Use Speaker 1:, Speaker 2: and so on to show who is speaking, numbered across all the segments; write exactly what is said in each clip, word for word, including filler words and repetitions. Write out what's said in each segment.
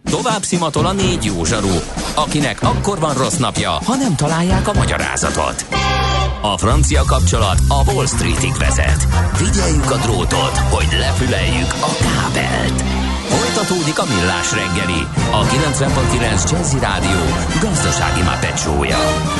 Speaker 1: Tovább szimatol a négy jó zsaru, akinek akkor van rossz napja, ha nem találják a magyarázatot. A francia kapcsolat a Wall Streetig vezet. Figyeljük a drótot, hogy lefüleljük a kábelt. Folytatódik a Millás reggeli, a kilencven pont kilenc Jazzy Rádió gazdasági mápecsója.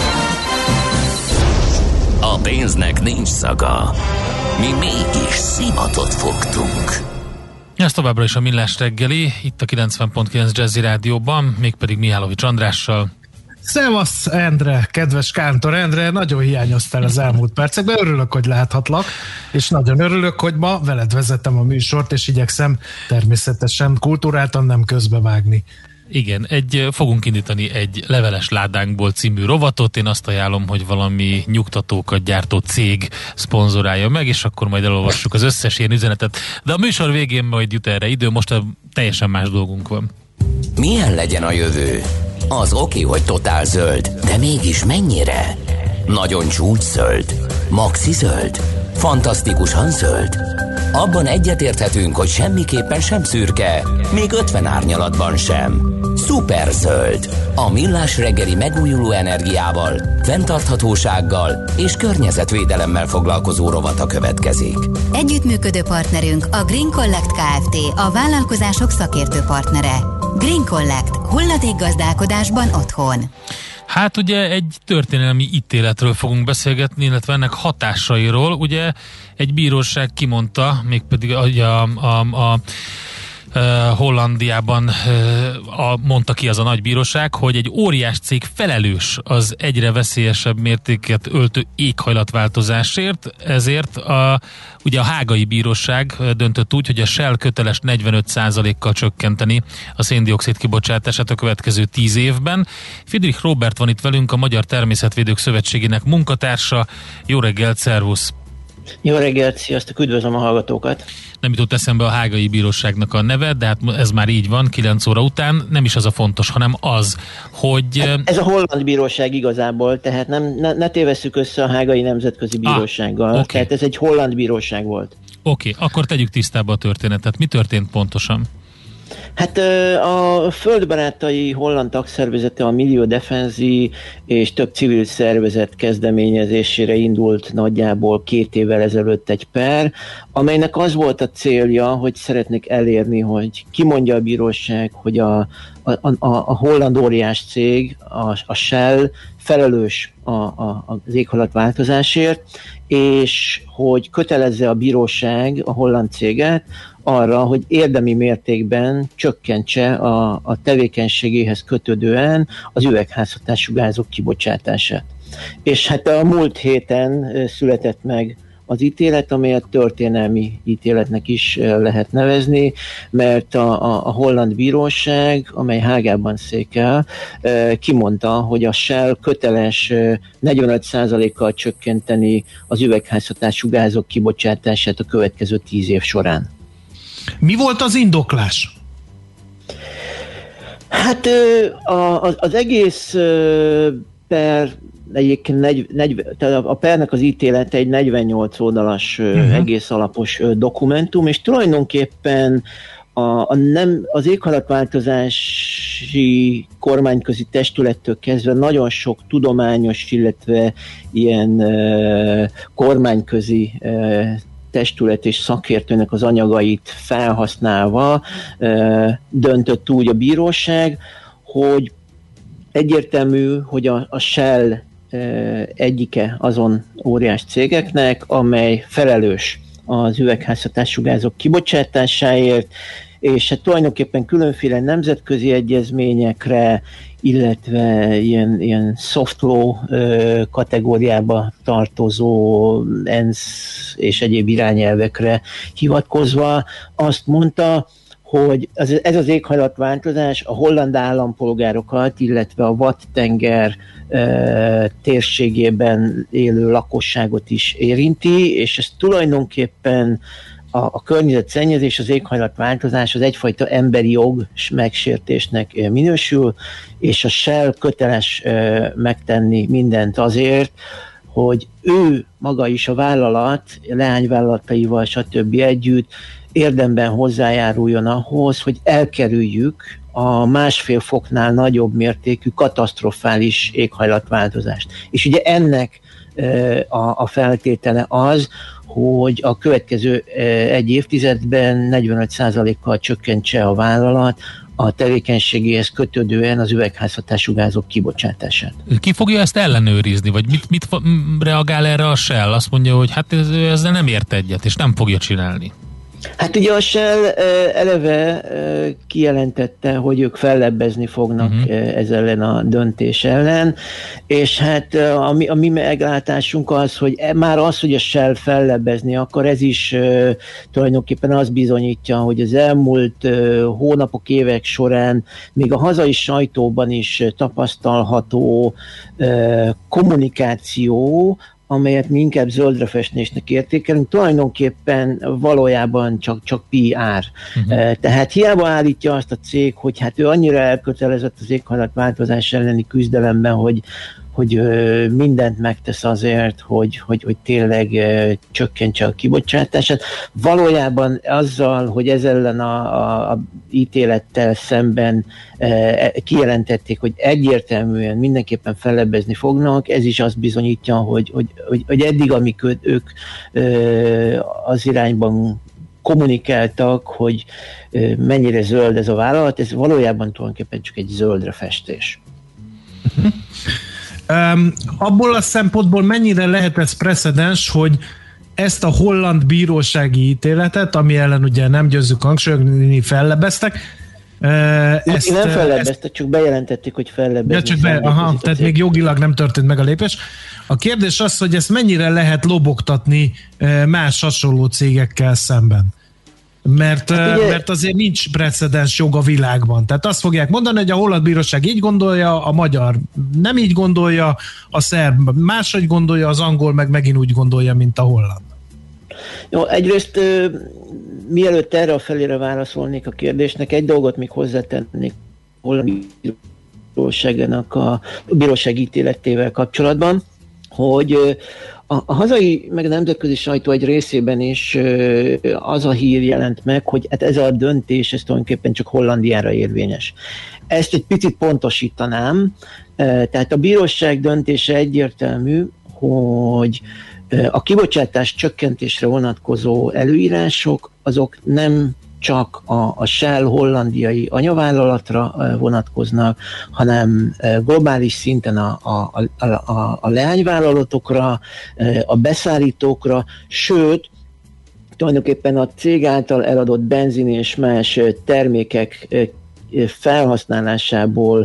Speaker 1: A pénznek nincs szaga. Mi mégis szimatot fogtunk.
Speaker 2: Ez továbbra is a Millás reggeli, itt a kilencven pont kilenc Jazzy Rádióban, mégpedig Mihálovics Andrással.
Speaker 3: Szevasz, Endre, kedves Kántor Endre, nagyon hiányoztál az elmúlt percekben, örülök, hogy láthatlak, és nagyon örülök, hogy ma veled vezetem a műsort, és igyekszem természetesen kultúráltan nem közbevágni.
Speaker 2: Igen, egy, fogunk indítani egy Leveles ládánkból című rovatot, én azt ajánlom, hogy valami nyugtatókat gyártó cég szponzorálja meg, és akkor majd elolvassuk az összes ilyen üzenetet, de a műsor végén majd jut erre idő, most a teljesen más dolgunk van.
Speaker 1: Milyen legyen a jövő? Az oké, hogy totál zöld, de mégis mennyire? Nagyon csúcs zöld? Maxi zöld? Fantasztikusan zöld? Abban egyetérthetünk, hogy semmiképpen sem szürke, még ötven árnyalatban sem. Szuper zöld. A Millás reggeli megújuló energiával, fenntarthatósággal és környezetvédelemmel foglalkozó rovata következik.
Speaker 4: Együttműködő partnerünk a Green Collect Kft., a vállalkozások szakértő partnere. Green Collect. Hulladékgazdálkodásban otthon.
Speaker 2: Hát ugye egy történelmi ítéletről fogunk beszélgetni, illetve ennek hatásairól. Ugye egy bíróság kimondta, mégpedig a, a, a, a Uh, Hollandiában uh, a, mondta ki az a nagy bíróság, hogy egy óriás cég felelős az egyre veszélyesebb mértéket öltő éghajlatváltozásért, ezért a, ugye a hágai bíróság döntött úgy, hogy a Shell köteles negyvenöt százalékkal csökkenteni a széndioxid kibocsátását a következő tíz évben. Friedrich Róbert van itt velünk, a Magyar Természetvédők Szövetségének munkatársa. Jó reggelt, szervusz!
Speaker 5: Jó reggelt, sziasztok, üdvözlöm a hallgatókat!
Speaker 2: Nem jutott eszembe a hágai bíróságnak a neve, de hát ez már így van, kilenc óra után. Nem is az a fontos, hanem az, hogy...
Speaker 5: Hát ez a holland bíróság igazából, tehát nem, ne, ne tévesszük össze a hágai nemzetközi bírósággal. Ah, okay. Tehát ez egy holland bíróság volt.
Speaker 2: Oké, okay, akkor tegyük tisztába a történetet. Mi történt pontosan?
Speaker 5: Hát a földbarátai holland tagszervezete, a Milieu Defensie és több civil szervezet kezdeményezésére indult nagyjából két évvel ezelőtt egy per, amelynek az volt a célja, hogy szeretnék elérni, hogy kimondja a bíróság, hogy a, a, a, a holland óriás cég, a, a Shell felelős a, a, az éghajlatváltozásért, és hogy kötelezze a bíróság a holland céget arra, hogy érdemi mértékben csökkentse a, a tevékenységéhez kötődően az üvegházhatású gázok kibocsátását. És hát a múlt héten született meg az ítélet, amelyet történelmi ítéletnek is lehet nevezni, mert a, a, a holland bíróság, amely Hágában székel, kimondta, hogy a Shell köteles negyvenöt százalékkal csökkenteni az üvegházhatású gázok kibocsátását a következő tíz év során.
Speaker 3: Mi volt az indoklás?
Speaker 5: Hát az, az egész per egyébként negy, negy, tehát a pernek az ítélete egy negyvennyolc oldalas uh-huh. egész alapos dokumentum, és tulajdonképpen a, a nem, az éghajlatváltozási kormányközi testülettől kezdve nagyon sok tudományos, illetve ilyen uh, kormányközi uh, testület és szakértőnek az anyagait felhasználva uh, döntött úgy a bíróság, hogy egyértelmű, hogy a, a Shell uh, egyike azon óriás cégeknek, amely felelős az üvegházhatású gázok kibocsátásáért, és hát tulajdonképpen különféle nemzetközi egyezményekre, illetve ilyen, ilyen soft law ö, kategóriába tartozó ENSZ és egyéb irányelvekre hivatkozva azt mondta, hogy az, ez az éghajlatváltozás a holland állampolgárokat, illetve a Watt-tenger e, térségében élő lakosságot is érinti, és ez tulajdonképpen a, a környezetszennyezés, az éghajlatváltozás az egyfajta emberi jog megsértésnek minősül, és a Shell köteles e, megtenni mindent azért, hogy ő maga is a vállalat, leányvállalataival, stb. Együtt érdemben hozzájáruljon ahhoz, hogy elkerüljük a másfél foknál nagyobb mértékű katasztrofális éghajlatváltozást. És ugye ennek a, a feltétele az, hogy a következő egy évtizedben negyvenöt százalékkal csökkentse a vállalat a tevékenységéhez kötődően az üvegházhatású gázok kibocsátását.
Speaker 2: Ki fogja ezt ellenőrizni, vagy mit, mit reagál erre a Shell? Azt mondja, hogy hát ezzel nem ért egyet, és nem fogja csinálni.
Speaker 5: Hát ugye a Shell eleve kijelentette, hogy ők fellebbezni fognak uh-huh. ez ellen a döntés ellen, és hát a mi, a mi meglátásunk az, hogy már az, hogy a Shell fellebbezni akar, ez is tulajdonképpen azt bizonyítja, hogy az elmúlt hónapok, évek során még a hazai sajtóban is tapasztalható kommunikáció, amelyet mi inkább zöldrefestésnek értékelünk, tulajdonképpen valójában csak, csak pé er. Uh-huh. Tehát hiába állítja azt a cég, hogy hát ő annyira elkötelezett az éghajlatváltozás elleni küzdelemben, hogy, hogy mindent megtesz azért, hogy, hogy, hogy tényleg csökkentse a kibocsátását. Valójában azzal, hogy ez ellen a, a, a ítélettel szemben kijelentették, hogy egyértelműen mindenképpen fellebbezni fognak, ez is azt bizonyítja, hogy, hogy, hogy, hogy eddig, amik ők az irányban kommunikáltak, hogy mennyire zöld ez a vállalat, ez valójában tulajdonképpen csak egy zöldre festés.
Speaker 3: Um, abból a szempontból mennyire lehet ez precedens, hogy ezt a holland bírósági ítéletet, ami ellen ugye nem győzzük hangsúlyozni, fellebeztek. Uh,
Speaker 5: ezt, nem fellebeztek, ezt, csak bejelentették, hogy fellebeztek.
Speaker 3: Ja, csak be, aha, tehát még jogilag nem történt meg a lépés. A kérdés az, hogy ezt mennyire lehet lobogtatni más hasonló cégekkel szemben. Mert, hát ugye, mert azért nincs precedens jog a világban. Tehát azt fogják mondani, hogy a holland bíróság így gondolja, a magyar nem így gondolja, a szerb máshogy gondolja, az angol meg megint úgy gondolja, mint a holland.
Speaker 5: Jó, egyrészt mielőtt erre a felére válaszolnék a kérdésnek, egy dolgot még hozzátennék a holland bíróságnak a bíróság ítéletével kapcsolatban, hogy a, a hazai meg a nemzetközi sajtó egy részében is az a hír jelent meg, hogy hát ez a döntés, ez tulajdonképpen csak Hollandiára érvényes. Ezt egy picit pontosítanám, tehát a bíróság döntése egyértelmű, hogy a kibocsátás csökkentésre vonatkozó előírások, azok nem csak a, a Shell hollandiai anyavállalatra vonatkoznak, hanem globális szinten a, a, a, a, a leányvállalatokra, a beszállítókra, sőt, tulajdonképpen a cég által eladott benzin és más termékek felhasználásából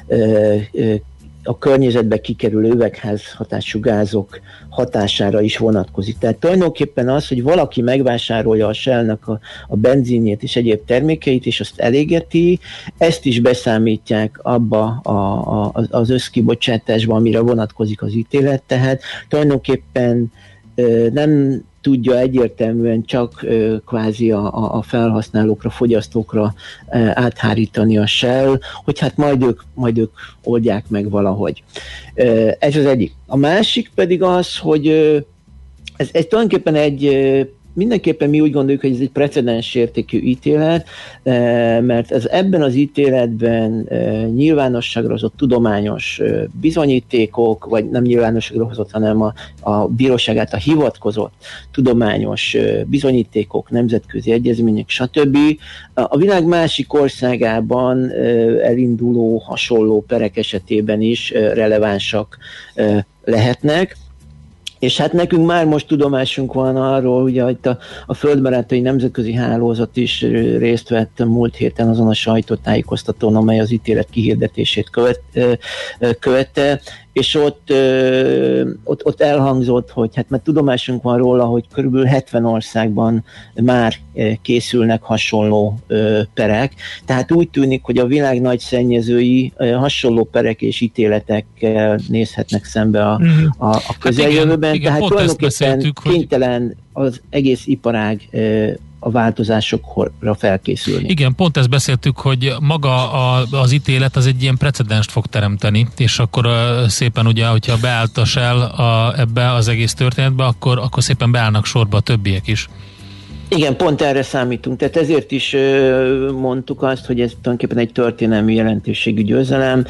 Speaker 5: a környezetbe kikerülő üvegházhatású gázok hatására is vonatkozik. Tehát tulajdonképpen az, hogy valaki megvásárolja a Shell-nek a, a benzinjét és egyéb termékeit, és azt elégeti, ezt is beszámítják abba a, a, az összkibocsátásba, amire vonatkozik az ítélet. Tehát tulajdonképpen nem tudja egyértelműen csak kvázi a, a felhasználókra, fogyasztókra áthárítani a Shell, hogy hát majd ők, majd ők oldják meg valahogy. Ez az egyik. A másik pedig az, hogy ez, ez tulajdonképpen egy mindenképpen mi úgy gondoljuk, hogy ez egy precedens értékű ítélet, mert ez ebben az ítéletben nyilvánosságra hozott tudományos bizonyítékok, vagy nem nyilvánosságra hozott, hanem a, a bíróság által hivatkozott tudományos bizonyítékok, nemzetközi egyezmények, stb. A világ másik országában elinduló hasonló perek esetében is relevánsak lehetnek. És hát nekünk már most tudomásunk van arról, ugye, hogy a, a Földbarátai Nemzetközi Hálózat is részt vett múlt héten azon a sajtótájékoztatón, amely az ítélet kihirdetését követ, követte, és ott, ott, ott elhangzott, hogy hát mert tudomásunk van róla, hogy körülbelül hetven országban már készülnek hasonló perek, tehát úgy tűnik, hogy a világ nagy szennyezői hasonló perek és ítéletekkel nézhetnek szembe a, a, a közeljövőben, hát igen, tehát tulajdonképpen kénytelen az egész iparág a változásokra felkészülni.
Speaker 2: Igen, pont ezt beszéltük, hogy maga a, az ítélet az egy ilyen precedenst fog teremteni, és akkor uh, szépen ugye, hogyha beállt a Shell a, ebbe az egész történetbe, akkor, akkor szépen beállnak sorba a többiek is.
Speaker 5: Igen, pont erre számítunk. Tehát ezért is mondtuk azt, hogy ez tulajdonképpen egy történelmi jelentőségű győzelem.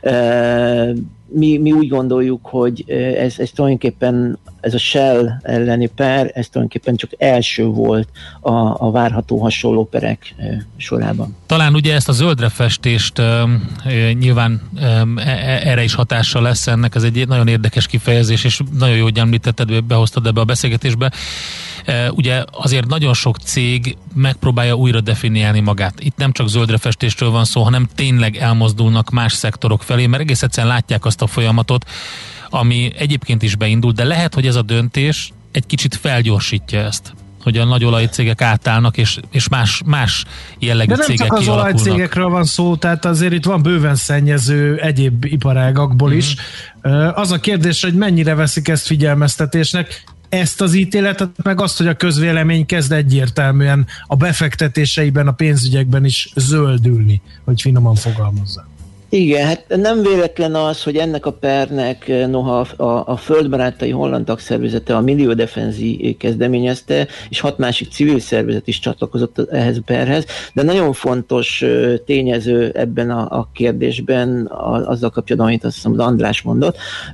Speaker 5: Mi, mi úgy gondoljuk, hogy ez, ez tulajdonképpen ez a Shell elleni per, ez tulajdonképpen csak első volt a, a várható hasonló perek sorában.
Speaker 2: Talán ugye ezt a zöldre festést e, nyilván e, erre is hatással lesz ennek, ez egy nagyon érdekes kifejezés, és nagyon jó, hogy említetted, behoztad ebbe a beszélgetésbe. E, ugye azért nagyon sok cég megpróbálja újra definiálni magát. Itt nem csak zöldre festésről van szó, hanem tényleg elmozdulnak más szektorok felé, mert egész egyszerűen látják azt a folyamatot, ami egyébként is beindult, de lehet, hogy ez a döntés egy kicsit felgyorsítja ezt, hogy a nagy olajcégek átállnak, és, és más, más jellegű cégek kialakulnak.
Speaker 3: De nem csak az olajcégekről van szó, tehát azért itt van bőven szennyező egyéb iparágakból mm-hmm. is. Az a kérdés, hogy mennyire veszik ezt figyelmeztetésnek, ezt az ítéletet, meg azt, hogy a közvélemény kezd egyértelműen a befektetéseiben, a pénzügyekben is zöldülni, hogy finoman fogalmazzak.
Speaker 5: Igen, hát nem véletlen az, hogy ennek a pernek, noha a, a földbarátai holland tagszervezete, a Milieu Defensi kezdeményezte, és hat másik civil szervezet is csatlakozott ehhez a perhez, de nagyon fontos tényező ebben a, a kérdésben, a, azzal kapcsolatban, amit azt hiszem, az András mondott,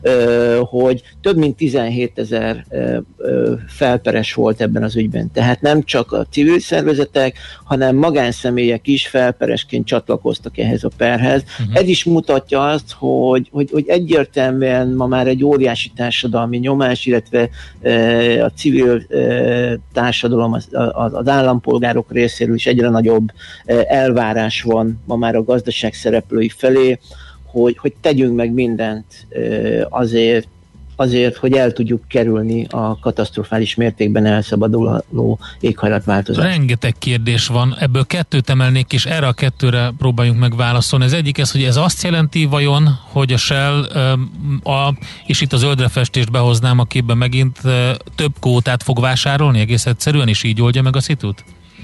Speaker 5: hogy több mint tizenhétezer felperes volt ebben az ügyben. Tehát nem csak a civil szervezetek, hanem magánszemélyek is felperesként csatlakoztak ehhez a perhez. Uh-huh. Ez is mutatja azt, hogy, hogy, hogy egyértelműen ma már egy óriási társadalmi nyomás, illetve e, a civil e, társadalom, az, az, az állampolgárok részéről is egyre nagyobb e, elvárás van ma már a gazdaság szereplői felé, hogy, hogy tegyünk meg mindent e, azért, azért, hogy el tudjuk kerülni a katasztrofális mértékben elszabaduló éghajlatváltozást.
Speaker 2: Rengeteg kérdés van, ebből kettőt emelnék, és erre a kettőre próbáljunk meg válaszolni. Az egyik ez, hogy ez azt jelenti vajon, hogy a Shell, a, és itt a zöldre festést behoznám a képbe megint, több kvótát fog vásárolni egész egyszerűen, és így oldja meg a szitut?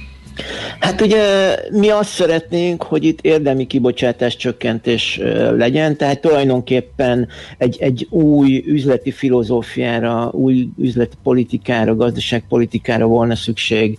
Speaker 5: Hát ugye mi azt szeretnénk, hogy itt érdemi kibocsátás csökkentés legyen, tehát tulajdonképpen egy, egy új üzleti filozófiára, új üzleti politikára, gazdaságpolitikára volna szükség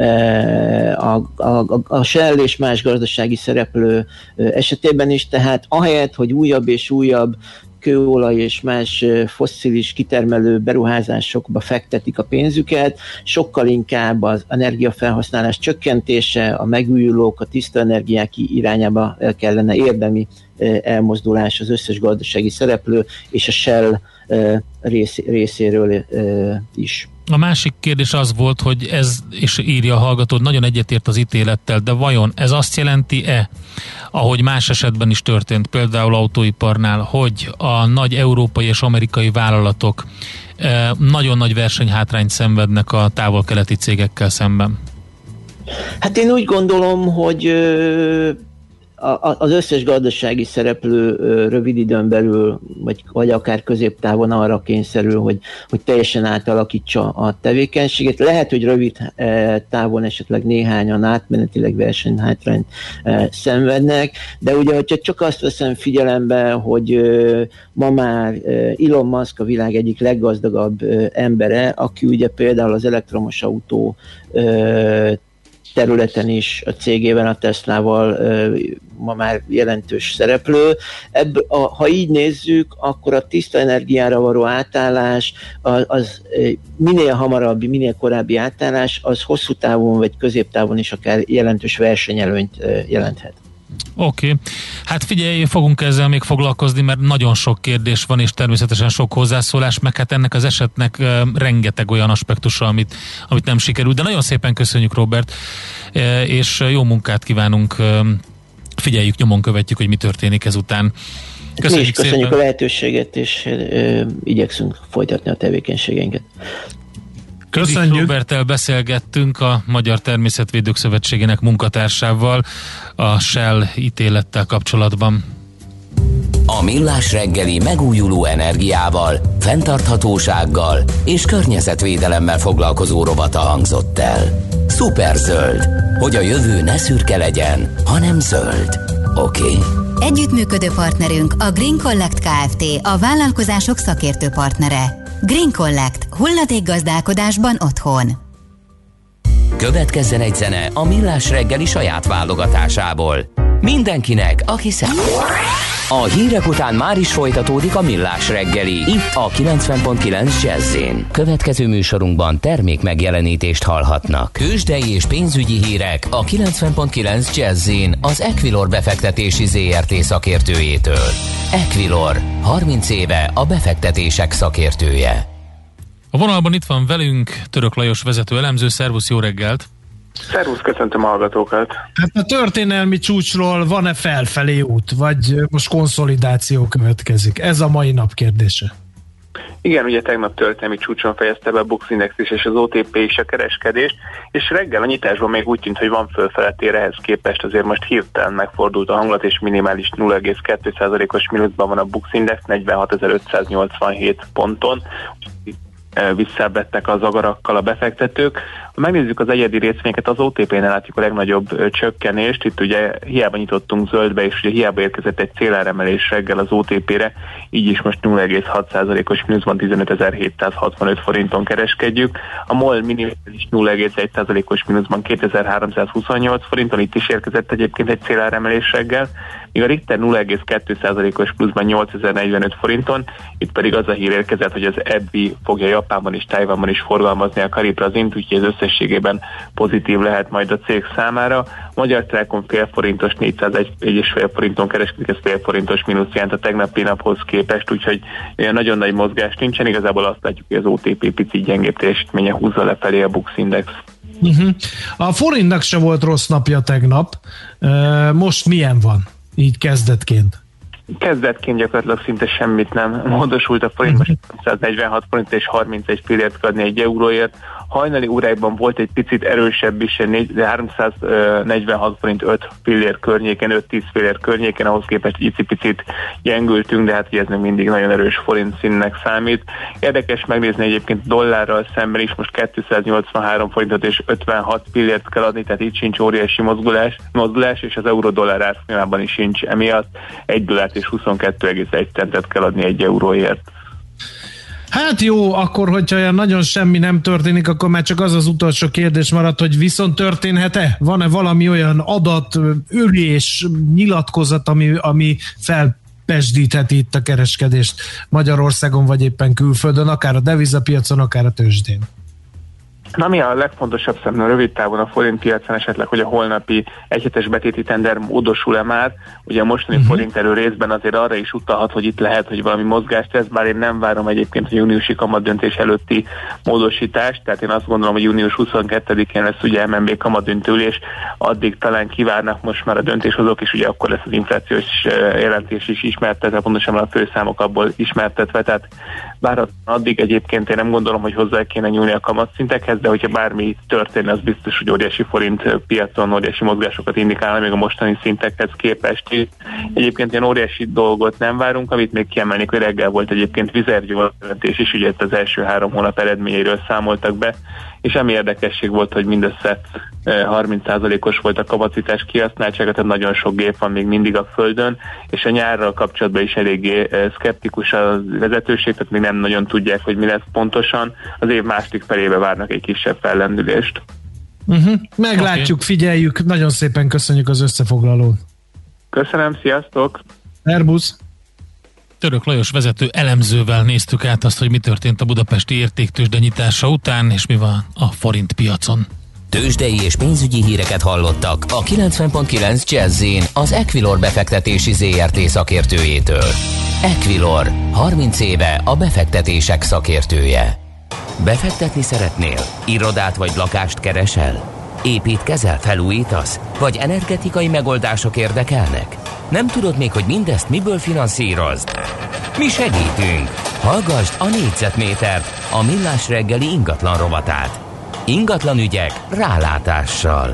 Speaker 5: a, a, a Shell és más gazdasági szereplő esetében is, tehát ahelyett, hogy újabb és újabb kőolaj és más fosszilis kitermelő beruházásokba fektetik a pénzüket, sokkal inkább az energiafelhasználás csökkentése, a megújulók, a tiszta energiák irányába kellene érdemi elmozdulás az összes gazdasági szereplő és a Shell rész, részéről is.
Speaker 2: A másik kérdés az volt, hogy ez, és írja a hallgató, nagyon egyetért az ítélettel, de vajon ez azt jelenti-e, ahogy más esetben is történt, például autóiparnál, hogy a nagy európai és amerikai vállalatok nagyon nagy versenyhátrányt szenvednek a távol-keleti cégekkel szemben?
Speaker 5: Hát én úgy gondolom, hogy az összes gazdasági szereplő rövid időn belül, vagy, vagy akár középtávon arra kényszerül, hogy, hogy teljesen átalakítsa a tevékenységet. Lehet, hogy rövid távon esetleg néhányan átmenetileg versenyhátrányt szenvednek, de ugye, hogyha csak azt veszem figyelembe, hogy ma már Elon Musk a világ egyik leggazdagabb embere, aki ugye például az elektromos autó területen is a cégével, a Teslával ma már jelentős szereplő. Ebből, a, ha így nézzük, akkor a tiszta energiára való átállás, az, az minél hamarabbi, minél korábbi átállás, az hosszú távon vagy középtávon is akár jelentős versenyelőnyt jelenthet.
Speaker 2: Oké. Okay. Hát figyelj, fogunk ezzel még foglalkozni, mert nagyon sok kérdés van, és természetesen sok hozzászólás, meg hát ennek az esetnek uh, rengeteg olyan aspektusa, amit, amit nem sikerült. De nagyon szépen köszönjük, Robert, uh, és jó munkát kívánunk. Uh, figyeljük, nyomon követjük, hogy mi történik ezután.
Speaker 5: Köszönjük, Mi is köszönjük szépen a lehetőséget, és uh, igyekszünk folytatni a tevékenységeinket.
Speaker 2: Köszönjük. Roberttel beszélgettünk, a Magyar Természetvédők Szövetségének munkatársával a Shell ítélettel kapcsolatban.
Speaker 1: A Millás reggeli megújuló energiával, fenntarthatósággal és környezetvédelemmel foglalkozó rovata hangzott el. Szuperzöld, hogy a jövő ne szürke legyen, hanem zöld. Oké. Okay.
Speaker 4: Együttműködő partnerünk a Green Collect Kft., a vállalkozások szakértő partnere. Green Collect. Hulladékgazdálkodásban otthon.
Speaker 1: Következzen egy zene a Millás reggeli saját válogatásából. Mindenkinek, aki szeret. A hírek után már is folytatódik a Millás reggeli, itt a kilencven pont kilenc Jazz-én. Következő műsorunkban termék megjelenítést hallhatnak. Tőzsdei és pénzügyi hírek a kilencven pont kilenc Jazz-én az Equilor befektetési zé er té szakértőjétől. Equilor, harminc éve a befektetések szakértője.
Speaker 2: A vonalban itt van velünk Török Lajos vezető elemző. Szervusz, jó reggelt!
Speaker 6: Szervusz, köszöntöm a hallgatókat!
Speaker 3: Hát a történelmi csúcsról van-e felfelé út, vagy most konszolidáció következik? Ez a mai nap kérdése.
Speaker 6: Igen, ugye tegnap történelmi csúcson fejezte be a Bux Index is és az o té pé is a kereskedést, és reggel a nyitásban még úgy tűnt, hogy van fölfele tér, ehhez képest azért most hirtelen megfordult a hangulat, és minimális nulla egész kettő százalékos mínuszban van a Bux Index negyvenhatezer-ötszáznyolcvanhét ponton. Visszabettek az agarakkal a befektetők. Ha megnézzük az egyedi részvényeket, az o té pé-nél látjuk a legnagyobb ö, csökkenést. Itt ugye hiába nyitottunk zöldbe, és ugye hiába érkezett egy céláremelés reggel az o té pé-re, így is most nulla egész hat százalékos mínuszban tizenötezer-hétszázhatvanöt forinton kereskedjük. A MOL minimális nulla egész egy százalékos mínuszban kétezer-háromszázhuszonnyolc forinton, itt is érkezett egyébként egy céláremelés reggel, míg a Richter nulla egész kettő százalékos pluszban nyolcezer-negyvenöt forinton, itt pedig az a hír érkezett, hogy az e bé i fogja Japánban és Tajvanban is forgalmazni a Cariprazint, úgyhogy ez összességében pozitív lehet majd a cég számára. A Magyar Telekom fél forintos négyszázegy egész öt forinton kereskedik, ez fél forintos mínusz jelent a tegnapi naphoz képest, úgyhogy olyan nagyon nagy mozgás nincsen, igazából azt látjuk, hogy az o té pé picit gyengébb teljesítménye húzza lefelé a Bux Index.
Speaker 3: Uh-huh. A forintnak se volt rossz napja tegnap, most milyen van, így kezdetként?
Speaker 6: Kezdetként gyakorlatilag szinte semmit nem módosult a forint, most száznegyvenhat forint és harmincegy fillért kell adni egy euróért. Hajnali órákban volt egy picit erősebb is, háromszáznegyvenhat forint öt fillér környéken, öt-tíz fillér környéken, ahhoz képest egy picit gyengültünk, de hát ez még mindig nagyon erős forint színnek számít. Érdekes megnézni egyébként dollárral szemben is, most kétszáznyolcvanhárom forintot és ötvenhat fillért kell adni, tehát itt sincs óriási mozgulás, mozdulás, és az euró-dollár árfolyamában is sincs emiatt. Egy dollárt és huszonkettő egész egy centet kell adni egy euróért.
Speaker 3: Hát jó, akkor, hogyha olyan nagyon semmi nem történik, akkor már csak az az utolsó kérdés maradt, hogy viszont történhet-e? Van-e valami olyan adat, ülés, nyilatkozat, ami, ami felpesdítheti itt a kereskedést Magyarországon, vagy éppen külföldön, akár a devizapiacon, akár a tőzsdén?
Speaker 6: Na, mi a legfontosabb szemben rövid távon a forint piacon esetleg, hogy a holnapi egyhetes betéti tender módosul-e már? Ugye a mostani uh-huh. forint erő részben azért arra is utalhat, hogy itt lehet, hogy valami mozgást tesz, bár én nem várom egyébként a júniusi kamatdöntés előtti módosítást, tehát én azt gondolom, hogy június huszonkettedikén lesz ugye em en bé kamatdöntőülés, addig talán kivárnak most már a döntéshozók, és ugye akkor lesz az inflációs jelentés is ismertetve, pontosan a főszámok abból ismertetve, tehát bár addig egyébként én nem gondolom, hogy hozzá kéne nyúlni a kamatszintekhez, de hogyha bármi történne, az biztos, hogy óriási forint piacon óriási mozgásokat indikálna még a mostani szintekhez képest. Egyébként ilyen óriási dolgot nem várunk, amit még kiemelnék, hogy reggel volt egyébként Vizergyó jelentés is, ugye az első három hónap eredményeiről számoltak be, és ami érdekesség volt, hogy mindössze harminc százalékos volt a kapacitás kihasználtsága, tehát nagyon sok gép van még mindig a földön, és a nyárral kapcsolatban is eléggé szkeptikus a vezetőség, tehát még nem nagyon tudják, hogy mi lesz pontosan. Az év második felébe várnak egy kisebb fellendülést.
Speaker 3: Uh-huh. Meglátjuk, okay. Figyeljük, nagyon szépen köszönjük az összefoglalót.
Speaker 6: Köszönöm, sziasztok!
Speaker 3: Szerbusz!
Speaker 2: Török Lajos vezető elemzővel néztük át azt, hogy mi történt a budapesti értéktőzsde nyitása után, és mi van a forint piacon.
Speaker 1: Tőzsdei és pénzügyi híreket hallottak a kilencven pont kilenc Jazz-én az Equilor befektetési zé er té szakértőjétől. Equilor, harminc éve a befektetések szakértője. Befektetni szeretnél? Irodát vagy lakást keresel? Építkezel, felújítasz? Vagy energetikai megoldások érdekelnek? Nem tudod még, hogy mindezt miből finanszírozd? Mi segítünk! Hallgasd a négyzetmétert, a Millás reggeli ingatlan rovatát. Ingatlan ügyek rálátással.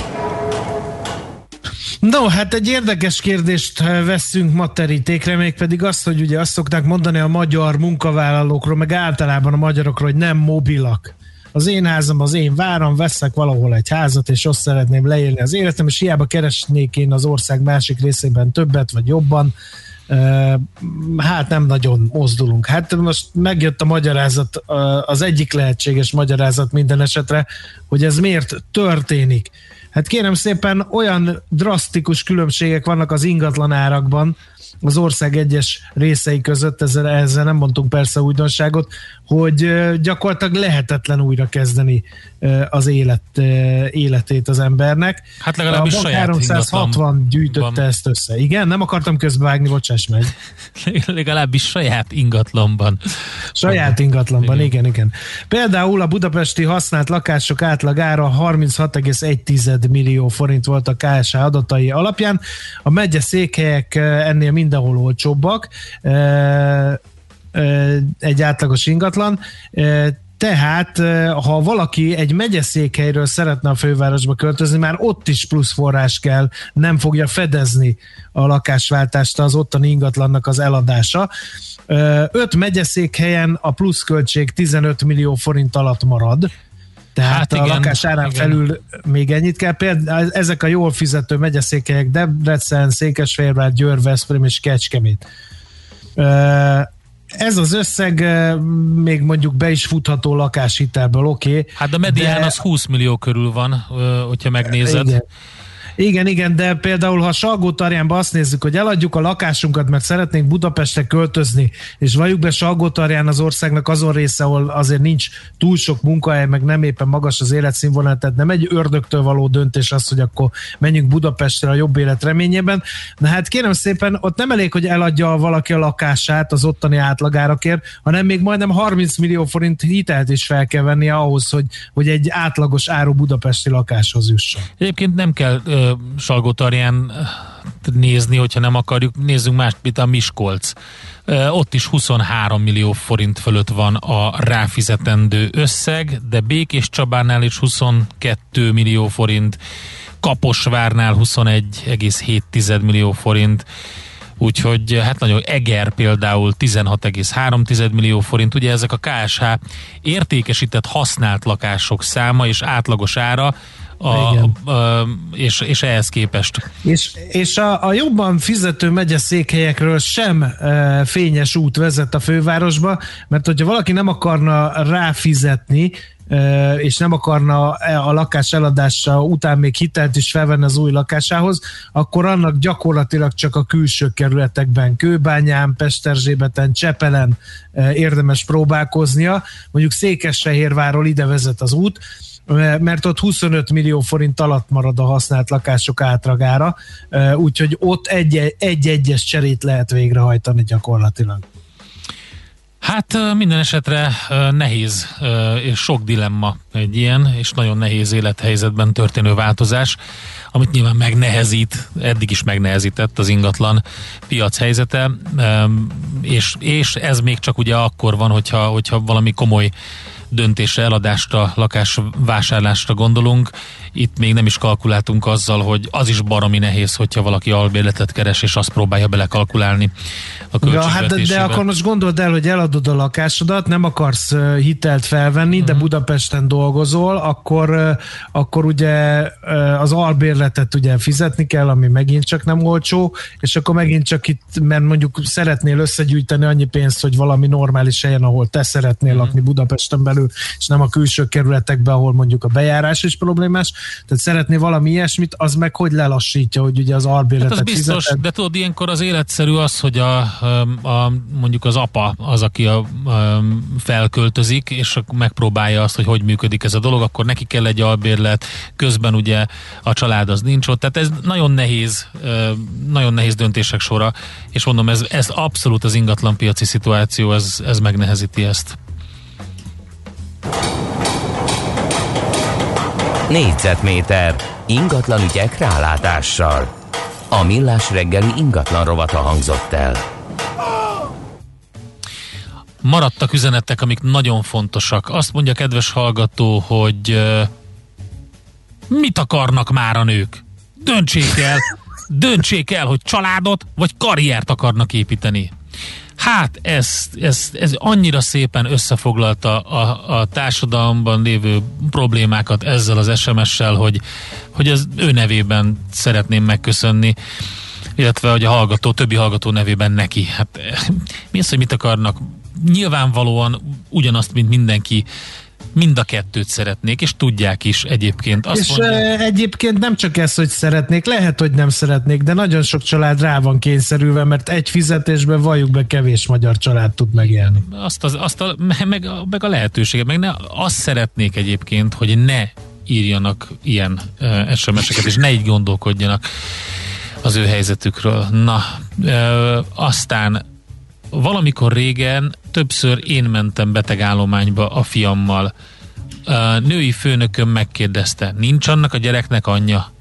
Speaker 3: No, hát egy érdekes kérdést vesszünk ma terítékre, mégpedig azt, hogy ugye azt szokták mondani a magyar munkavállalókról, meg általában a magyarokról, hogy nem mobilak. Az én házam, az én váram, veszek valahol egy házat, és azt szeretném leélni az életem, és hiába keresnék én az ország másik részében többet, vagy jobban, hát nem nagyon mozdulunk. Hát most megjött a magyarázat, az egyik lehetséges magyarázat minden esetre, hogy ez miért történik. Hát kérem szépen, olyan drasztikus különbségek vannak az ingatlan árakban az ország egyes részei között, ezzel, ezzel nem mondtunk persze újdonságot, hogy gyakorlatilag lehetetlen újra kezdeni az élet, életét az embernek.
Speaker 2: Hát legalábbis saját
Speaker 3: háromszázhatvan gyűjtötte ezt össze. Igen, nem akartam közbevágni, bocsáss meg.
Speaker 2: Legalábbis saját ingatlanban.
Speaker 3: Saját ingatlanban, igen. igen, igen. Például a budapesti használt lakások átlagára harminchat egész egy millió forint volt a ká es há adatai alapján. A megye székhelyek ennél mindenhol olcsóbbak, egy átlagos ingatlan, tehát ha valaki egy megyeszékhelyről szeretne a fővárosba költözni, már ott is plusz forrás kell, nem fogja fedezni a lakásváltást az ottani ingatlannak az eladása. Öt megyeszékhelyen a pluszköltség tizenöt millió forint alatt marad, tehát hát igen, a lakás árán felül még ennyit kell. Például ezek a jól fizető megyeszékhelyek Debrecen, Székesfehérvár, Győr, Veszprém és Kecskemét. Ez az összeg még mondjuk be is futható lakáshitelből, oké. Okay,
Speaker 2: hát a medián de... az húsz millió körül van, hogyha megnézed.
Speaker 3: Igen. Igen, igen, de például, ha Salgótarjánban azt nézzük, hogy eladjuk a lakásunkat, mert szeretnénk Budapestre költözni, és valljuk be, Salgótarján az országnak azon része, ahol azért nincs túl sok munkahely, meg nem éppen magas az életszínvonal, tehát nem egy ördögtől való döntés az, hogy akkor menjünk Budapestre a jobb élet reményében. Na hát kérem szépen, ott nem elég, hogy eladja valaki a lakását az ottani átlagárakért, hanem még majdnem harminc millió forint hitelt is fel kell vennie ahhoz, hogy, hogy egy átlagos áru budapesti lakáshoz jusson.
Speaker 2: Egyébként nem kell Salgótarján nézni, hogyha nem akarjuk, nézzünk más, mint a Miskolc. Ott is huszonhárom millió forint fölött van a ráfizetendő összeg, de Békéscsabánál is huszonkettő millió forint, Kaposvárnál huszonegy egész hét millió forint, úgyhogy hát nagyon Eger például tizenhat egész három millió forint, ugye ezek a ká es há értékesített használt lakások száma és átlagos ára, A, a, és, és ehhez képest.
Speaker 3: És, és a, a jobban fizető megyeszékhelyekről sem e, fényes út vezet a fővárosba, mert hogyha valaki nem akarna ráfizetni, e, és nem akarna a lakás eladása után még hitelt is felvenni az új lakásához, akkor annak gyakorlatilag csak a külső kerületekben, Kőbányán, Pesterzsébeten, Csepelen e, érdemes próbálkoznia. Mondjuk Székesfehérvárról ide vezet az út, mert ott huszonöt millió forint alatt marad a használt lakások átlagára, úgyhogy ott egy, egy-egyes cserét lehet végrehajtani gyakorlatilag.
Speaker 2: Hát minden esetre nehéz és sok dilemma egy ilyen, és nagyon nehéz élethelyzetben történő változás, amit nyilván megnehezít, eddig is megnehezített az ingatlan piac helyzete, és, és ez még csak ugye akkor van, hogyha, hogyha valami komoly döntésre, eladásra, lakásvásárlásra gondolunk. Itt még nem is kalkuláltunk azzal, hogy az is baromi nehéz, hogyha valaki albérletet keres, és azt próbálja belekalkulálni a költségvetésébe. Ja, hát
Speaker 3: de akkor most gondold el, hogy eladod a lakásodat, nem akarsz hitelt felvenni, uh-huh. de Budapesten dolgozol, akkor, akkor ugye az albérletet ugye fizetni kell, ami megint csak nem olcsó, és akkor megint csak itt, mert mondjuk szeretnél összegyűjteni annyi pénzt, hogy valami normális helyen, ahol te szeretnél uh-huh. lakni Budapesten belül, és nem a külső kerületekben, ahol mondjuk a bejárás is problémás, tehát szeretné valami ilyesmit, az meg hogy lelassítja, hogy ugye az albérletet hát az biztos, fizeted.
Speaker 2: De tudod, ilyenkor az életszerű az, hogy a, a, mondjuk az apa az, aki a, a felköltözik, és megpróbálja azt, hogy hogy működik ez a dolog, akkor neki kell egy albérlet, közben ugye a család az nincs ott, tehát ez nagyon nehéz, nagyon nehéz döntések sora, és mondom, ez, ez abszolút az ingatlanpiaci szituáció, ez, ez megnehezíti ezt.
Speaker 1: Négyzetméter ingatlan ügyek rálátással. A Millás reggeli ingatlan rovata hangzott el.
Speaker 2: Maradtak üzenetek, amik nagyon fontosak. Azt mondja kedves hallgató, hogy uh, mit akarnak már a nők? Döntsék el, döntsék el, hogy családot vagy karriert akarnak építeni. Hát ez, ez, ez annyira szépen összefoglalta a, a társadalomban lévő problémákat ezzel az es em es-sel, hogy, hogy az ő nevében szeretném megköszönni. illetve hogy a hallgató, többi hallgató nevében neki. Hát mi az, hogy mit akarnak? Nyilvánvalóan ugyanazt, mint mindenki, mind a kettőt szeretnék, és tudják is egyébként. Azt
Speaker 3: és
Speaker 2: mondja,
Speaker 3: egyébként nem csak ez, hogy szeretnék, lehet, hogy nem szeretnék, de nagyon sok család rá van kényszerülve, mert egy fizetésben valljuk be kevés magyar család tud megélni.
Speaker 2: Azt, az, azt a, meg, a, meg a lehetőséget, meg ne, azt szeretnék egyébként, hogy ne írjanak ilyen uh, es em es-eket, és ne így gondolkodjanak az ő helyzetükről. Na, uh, aztán valamikor régen többször én mentem betegállományba a fiammal. A női főnököm megkérdezte, nincs annak a gyereknek anyja?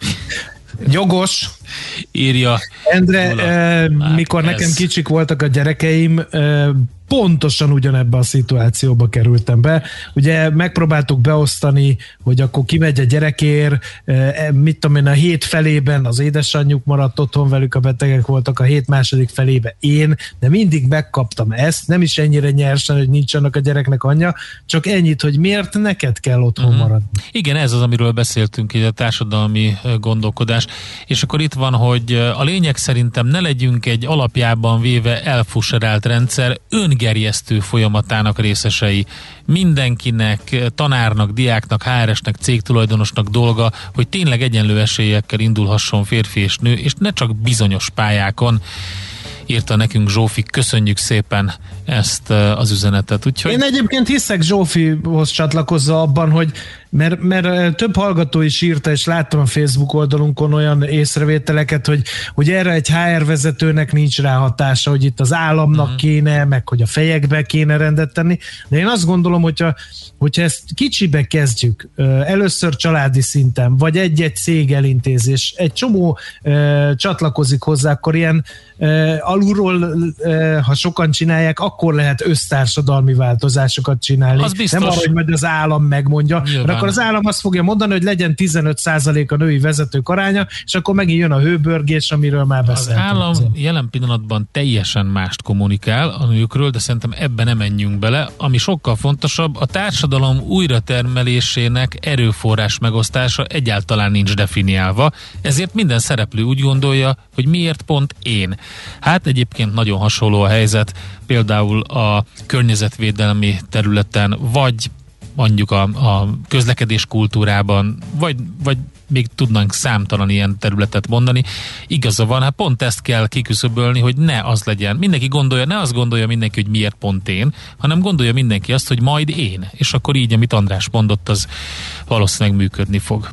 Speaker 3: Jogos.
Speaker 2: Írja.
Speaker 3: Endre, eh, mikor
Speaker 2: ez...
Speaker 3: nekem kicsik voltak a gyerekeim, eh, pontosan ugyanebbe a szituációba kerültem be. Ugye megpróbáltuk beosztani, hogy akkor kimegy a gyerekért, eh, mit tudom én, a hét felében az édesanyjuk maradt otthon velük, a betegek voltak, a hét második felébe én, de mindig megkaptam ezt, nem is ennyire nyersen, hogy nincs annak a gyereknek anyja, csak ennyit, hogy miért neked kell otthon uh-huh. maradni.
Speaker 2: Igen, ez az, amiről beszéltünk, így a társadalmi gondolkodás, és akkor itt van, hogy a lényeg szerintem ne legyünk egy alapjában véve elfuserált rendszer öngerjesztő folyamatának részesei. Mindenkinek, tanárnak, diáknak, há er esnek, cégtulajdonosnak dolga, hogy tényleg egyenlő esélyekkel indulhasson férfi és nő, és ne csak bizonyos pályákon. Írta nekünk Zsófi, köszönjük szépen ezt az üzenetet. Úgyhogy...
Speaker 3: Én egyébként hiszek Zsófihoz csatlakozza abban, hogy mert, mert több hallgató is írta, és láttam a Facebook oldalunkon olyan észrevételeket, hogy, hogy erre egy há er vezetőnek nincs rá hatása, hogy itt az államnak uh-huh. kéne, meg hogy a fejekbe kéne rendet tenni. De én azt gondolom, hogyha, hogyha ezt kicsibe kezdjük, először családi szinten, vagy egy-egy cég elintézés, egy csomó uh, csatlakozik hozzá, akkor ilyen uh, alulról, uh, ha sokan csinálják, akkor lehet össztársadalmi változásokat csinálni. Nem arra, hogy majd az állam megmondja, mert akkor az állam azt fogja mondani, hogy legyen tizenöt százalék a női vezetők aránya, és akkor megint jön a hőbörgés, amiről már beszéltünk.
Speaker 2: Az állam jelen pillanatban teljesen mást kommunikál a nőkről, de szerintem ebben nem menjünk bele. Ami sokkal fontosabb, a társadalom újratermelésének erőforrás megosztása egyáltalán nincs definiálva, ezért minden szereplő úgy gondolja, hogy miért pont én. Hát egyébként nagyon hasonló a helyzet, például a környezetvédelmi területen, vagy mondjuk a, a közlekedés kultúrában, vagy, vagy még tudnánk számtalan ilyen területet mondani. Igaza van, hát pont ezt kell kiküszöbölni, hogy ne az legyen. Mindenki gondolja, ne azt gondolja mindenki, hogy miért pont én, hanem gondolja mindenki azt, hogy majd én. És akkor így, amit András mondott, az valószínűleg működni fog.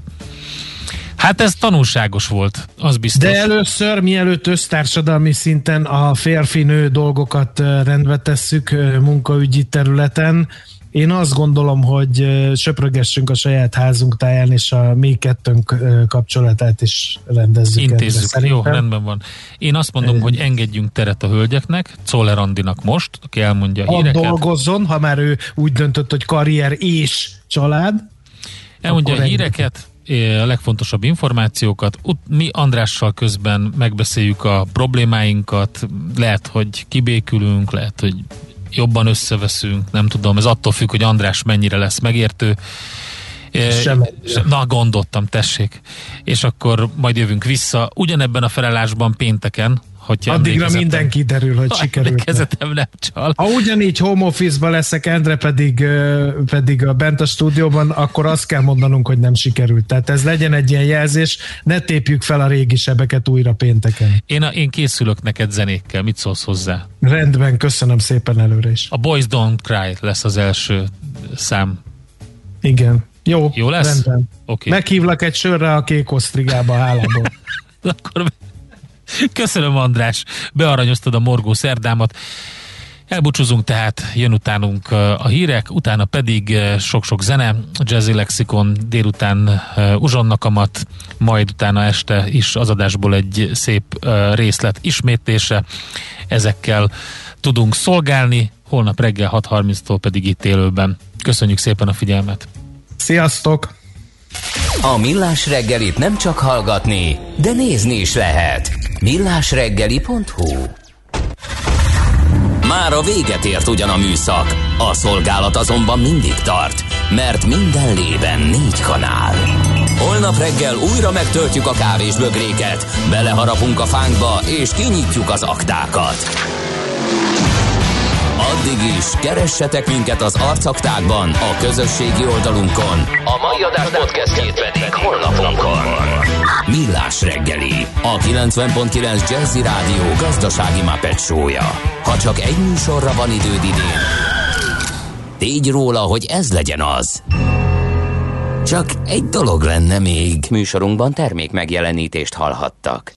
Speaker 2: Hát ez tanulságos volt, az biztos.
Speaker 3: De először, mielőtt össztársadalmi szinten a férfi-nő dolgokat rendbe tesszük munkaügyi területen, én azt gondolom, hogy söprögessünk a saját házunk táján, és a mi kettőnk kapcsolatát is rendezzük.
Speaker 2: Intézzük, jó, rendben van. Én azt mondom, é. hogy engedjünk teret a hölgyeknek, Czoller Andinak most, aki elmondja a híreket.
Speaker 3: Dolgozzon, ha már ő úgy döntött, hogy karrier és család.
Speaker 2: Elmondja a híreket, a legfontosabb információkat. Mi Andrással közben megbeszéljük a problémáinkat, lehet, hogy kibékülünk, lehet, hogy jobban összeveszünk, nem tudom, ez attól függ, hogy András mennyire lesz megértő.
Speaker 3: Sem.
Speaker 2: Na, gondoltam, tessék. És akkor majd jövünk vissza, ugyanebben a felállásban pénteken, hogyha
Speaker 3: addigra minden kiderül, hogy sikerült.
Speaker 2: Kezetem nem csal.
Speaker 3: Ha ugyanígy home office-ba leszek, Endre pedig, pedig a bent a stúdióban, akkor azt kell mondanunk, hogy nem sikerült. Tehát ez legyen egy ilyen jelzés, ne tépjük fel a régi sebeket újra pénteken.
Speaker 2: Én, a, én készülök neked zenékkel, mit szólsz hozzá?
Speaker 3: Rendben, köszönöm szépen előre is.
Speaker 2: A Boys Don't Cry lesz az első szám.
Speaker 3: Igen. Jó,
Speaker 2: Jó lesz?
Speaker 3: Rendben.
Speaker 2: Okay.
Speaker 3: Meghívlak egy sörre a Kék Osztrigába hálából.
Speaker 2: Akkor köszönöm, András, bearanyoztad a morgó szerdámat. Elbúcsúzunk tehát, jön utánunk a hírek, utána pedig sok-sok zene, Jazzy Lexikon, délután Uzsonna Kamat, majd utána este is az adásból egy szép részlet ismétlése. Ezekkel tudunk szolgálni, holnap reggel hat harminctól pedig itt élőben. Köszönjük szépen a figyelmet!
Speaker 3: Sziasztok!
Speaker 1: A Millás reggelit nem csak hallgatni, de nézni is lehet. millásreggeli pont hu. Már a véget ért ugyan a műszak, a szolgálat azonban mindig tart, mert minden lében négy kanál. Holnap reggel újra megtöltjük a kávésbögréket, beleharapunk a fánkba és kinyitjuk az aktákat. Addig is keressetek minket az arcaktákban, a közösségi oldalunkon. A mai adás podcastjét pedig holnapunkon. Millás reggeli, a kilencven pont kilenc Jazzy Rádió gazdasági Muppet show-ja. Ha csak egy műsorra van időd idén, tégy róla, hogy ez legyen az. Csak egy dolog lenne még. Műsorunkban termék megjelenítést hallhattak.